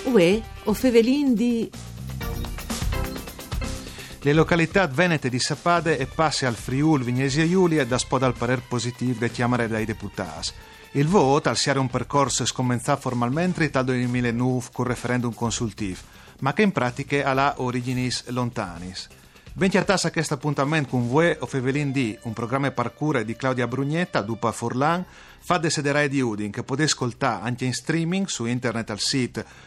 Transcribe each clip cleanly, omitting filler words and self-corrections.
Uè, o Fevelin di... Le località venete di Sapade e passe al Friul Vignesi Giulia da spodà al parer positivo da chiamare dai deputati. Il voto al siare un percorso scommenzato formalmente dal 2009 con referendum consultivo, ma che in pratica ha originis lontanis. Ben chiartassa a questo appuntamento con voi o Fevelin di un programma parkour di Claudia Brugnetta, Dupa Furlan, fa desiderare di Udin che potete ascoltare anche in streaming su internet al sito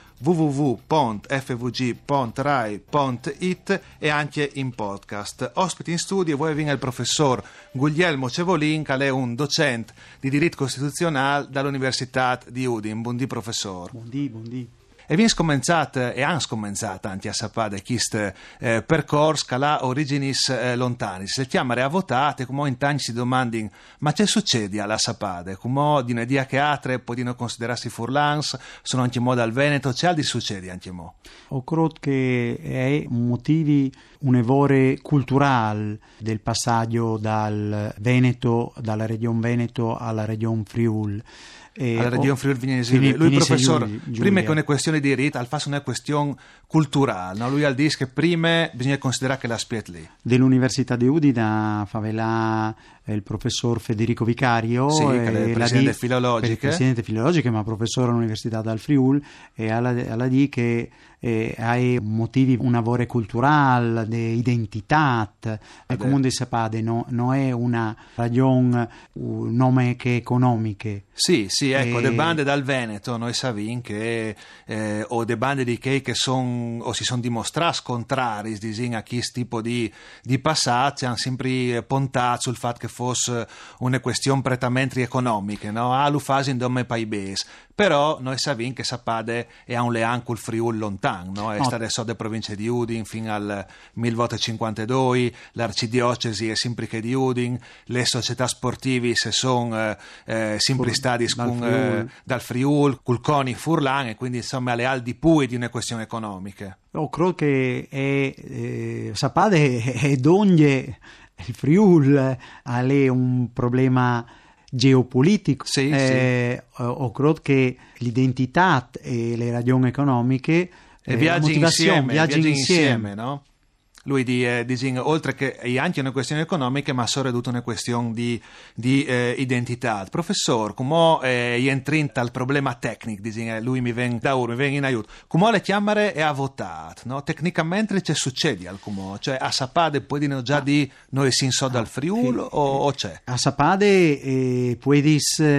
www.fvg.rai.it e anche in podcast. Ospite in studio voi viene il professor Guglielmo Cevolin, che è un docente di diritto costituzionale dall'Università di Udin. Buondì professor. Buondì. E vi hanno scommenzato anche a Sapade questo percorso che ha originis lontanis. Se chiamare a votate, come in tanti si domandano, ma che succede alla Sapade? Come di una dia che altre possono considerarsi furlans, sono anche mo dal Veneto, c'è altri succede anche mo? Ho creduto che è un motivo, un evore culturale del passaggio dal Veneto, dalla regione Veneto alla regione Friul. Alla regione Friuli Vignesi Giulia. Lui professor, prima che una questione di rito, al fa una questione culturale, no? Lui al dice che prima bisogna considerare che la spiet lì. Dell'Università di Udine favela il professor Federico Vicario, sì, che è il presidente filologiche, ma professore all'Università del Friul, e alla di che hai motivi un lavoro culturale, di identità. Il Comune di Sapade non è una ragione, un nome che economiche. Sì, ecco, le bande dal Veneto, noi sappiamo che o le bande di che sono o si sono dimostrate contrari a questo tipo di passaggi, hanno sempre puntato sul fatto che fosse una questione prettamente economica, no? A fase in dome paibes. Però noi sappiamo che Sapade è un lean col Friul lontano, no? È stata delle province di Udine fino al 1952, l'arcidiocesi è sempre che di Udine, le società sportive se sono sempre stati dal Friul, col CONI Furlan, e quindi insomma le al di pui di una questione economica. Credo che Sapade è d'ogni il Friul ha un problema geopolitico. Sì. Ho credo che l'identità e le ragioni economiche viaggi insieme, no? Lui dice oltre che è anche una questione economica, ma soprattutto una questione di identità. Professor, come entri al problema tecnico, dice, lui mi viene in aiuto. Come le chiamare e ha votato, no? Tecnicamente c'è succede al come, cioè a Sapade puoi dire già di noi si so dal Friul o c'è? A Sapade puoi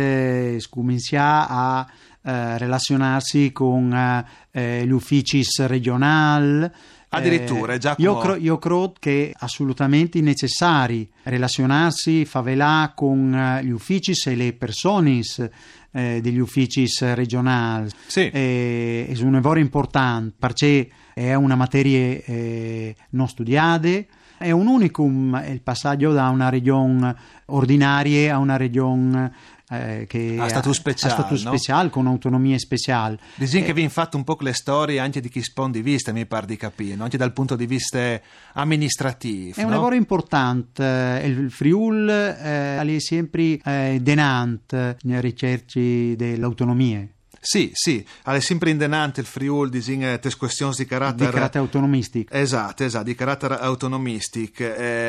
cominciare a relazionarsi con gli uffici regionali. Addirittura, già io credo che è assolutamente necessario relazionarsi, favelà con gli uffici e le persone degli uffici regionali. Sì. È un lavoro importante perché è una materia non studiata. È un unicum il passaggio da una regione ordinaria a una regione che ha stato speciale, con autonomie speciali. Dici che vi fatto un po' le storie anche di chi spondi vista, mi pare di capire, no? Anche dal punto di vista amministrativo. È un lavoro importante. Il Friul è sempre denante nelle ricerche dell'autonomia. Sì, è sempre indenante il Friul di questioni di carattere autonomistico. Esatto, di carattere autonomistico.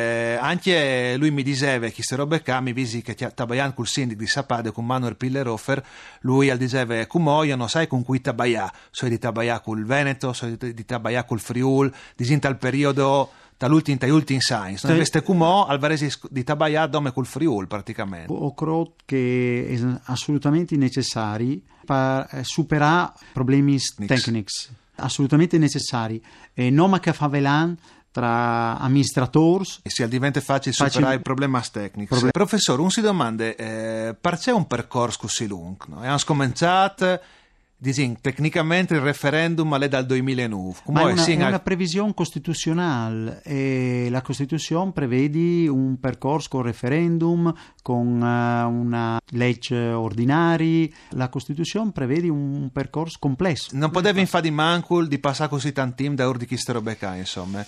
Anche lui mi diceva che queste robe qua mi visi che tabaian col sindaco di Sapade con Manuel Pillerhofer, lui diceva come io non sai con cui tabaià, so di tabaià col Veneto, so di tabaià col Friul, disinta il periodo dall'ultimo science, non veste come al varesi di tabaià dome col Friul praticamente. Ho credo che è assolutamente necessario per superare problemi tecnici, assolutamente necessari. Non che favelan tra amministratori. E se diventa facile superare i problemi tecnici. Professore, un si domanda, perché un percorso così lungo? No? Hanno scominciato. Dici, tecnicamente il referendum è dal 2009. Ma è una previsione costituzionale e la Costituzione prevede un percorso con referendum, con una legge ordinaria. La Costituzione prevede un percorso complesso. Non potevi infatti mancul di passare così tanti da ora di chi robe qua, insomma.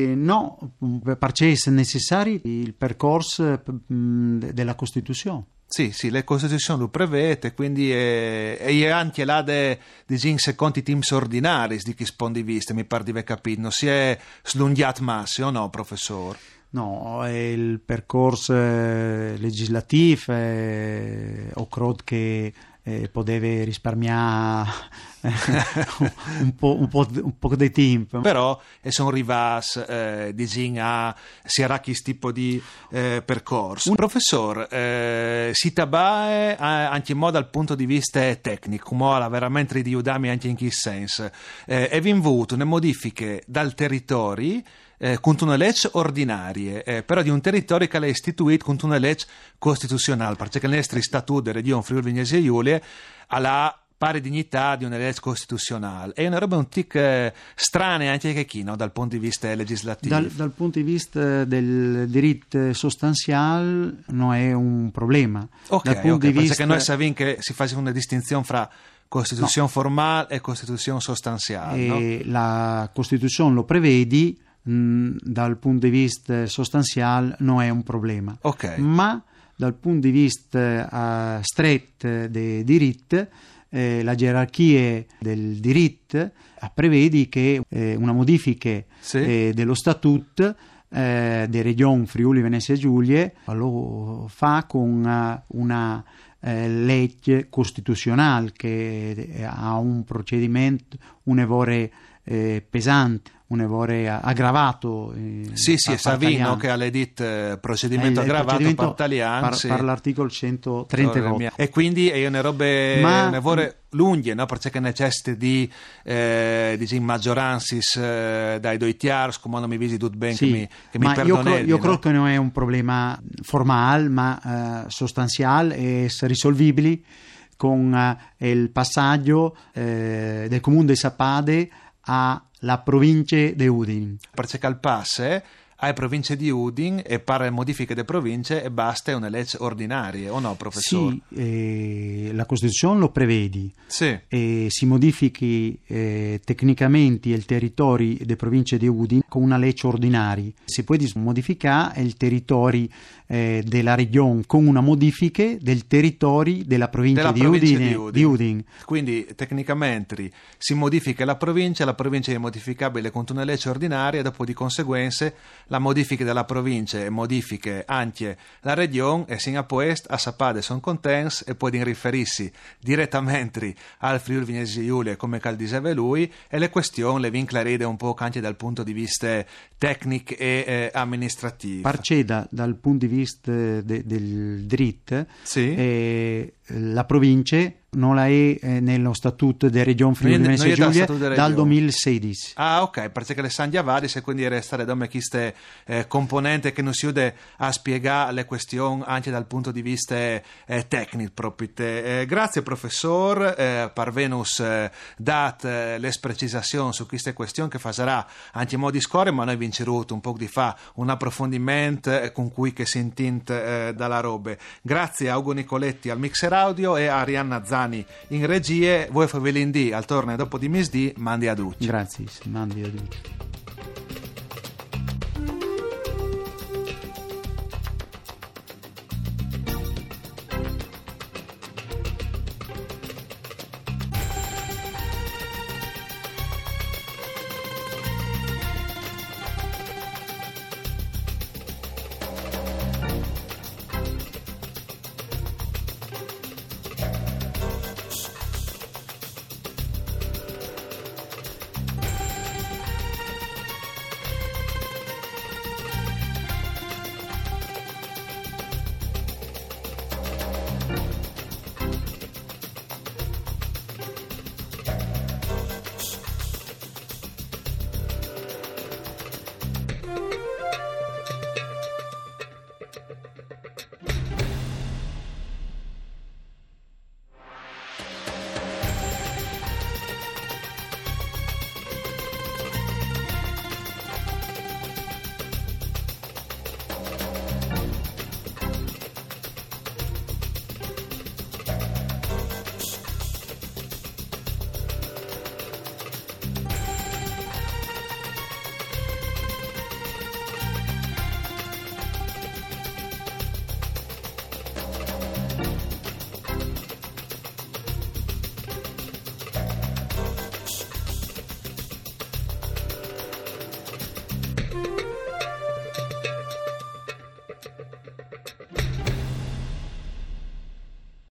No, perché è necessario il percorso della Costituzione. Sì, la Costituzione lo prevede, quindi è anche là di secondo i teams ordinari di chi spondiviste, mi pare di aver capito, non si è slunghiato massimo, o no, professor? No, il percorso legislativo ho credo che poteva risparmiare un po' di tempo. Però sono arrivati a si era questo tipo di percorso. Un professor si tabae anche in modo dal punto di vista tecnico, come veramente di aiutarmi anche in questo senso. È vinto le modifiche dal territorio con una legge ordinaria, però di un territorio che è istituito con una legge costituzionale, perché il nostro statuto della Regione Friuli Venezia Giulia ha la pari dignità di una legge costituzionale. È una roba un tic strana anche qui, no? Dal punto di vista legislativo. Dal punto di vista del diritto sostanziale non è un problema. Ok, perché noi sappiamo che si fa una distinzione fra Costituzione formale e Costituzione sostanziale. No? La Costituzione lo prevede. Dal punto di vista sostanziale non è un problema, ma dal punto di vista stretto del diritto, la gerarchia del diritto prevede che una modifica dello statuto di Regione Friuli Venezia Giulia lo fa con una legge costituzionale che ha un procedimento un'evore pesante, un evore aggravato. Sì, è Savino che ha detto procedimento aggravato per italiano. Per l'articolo 130. E quindi è una roba, un evore lunghe, no? Perché necessita di maggioranze dai due tiers, come non mi visi tutto bene, che mi perdonelli. Io credo che non è un problema formale, ma sostanziale e risolvibile con il passaggio del comune di Sapade alla provincia di Udine. Perché al passe alle province di Udine e per modifiche delle province e basta è una legge ordinaria, o no, professore? Sì, la Costituzione lo prevede. Sì. E si modifichi tecnicamente il territorio delle province di Udine con una legge ordinaria. Si può modificare il territorio della regione con una modifica del territorio della provincia di Udine. Quindi tecnicamente si modifica la provincia è modificabile con una legge ordinaria e dopo di conseguenze la modifica della provincia e modifiche anche la regione e sin a poest a sapade son contents e può riferirsi direttamente al Friuli Venezia Giulia come cal diceva lui e le questioni le vinclarede un po' anche dal punto di vista tecnico e amministrativo. Parceda dal punto di vista del diritto, la provincia non la è nello statuto della Regione Friuli Venezia Giulia dal 2016. Ah, ok, perché le San Diavadis e quindi restare da me queste componente che non si ude a spiegare le questioni anche dal punto di vista tecnico proprio. Grazie professor per Venus dat les precisazioni su queste questioni che farà anche in modi scorre, ma noi vinceruto un po' di fa un approfondimento con cui che si intint dalla robe. Grazie a Ugo Nicoletti al mixer audio e a Arianna Zani in regie. Voi favelindì al torneo dopo di misdì, mandi a duci. Grazie, mandi a duci.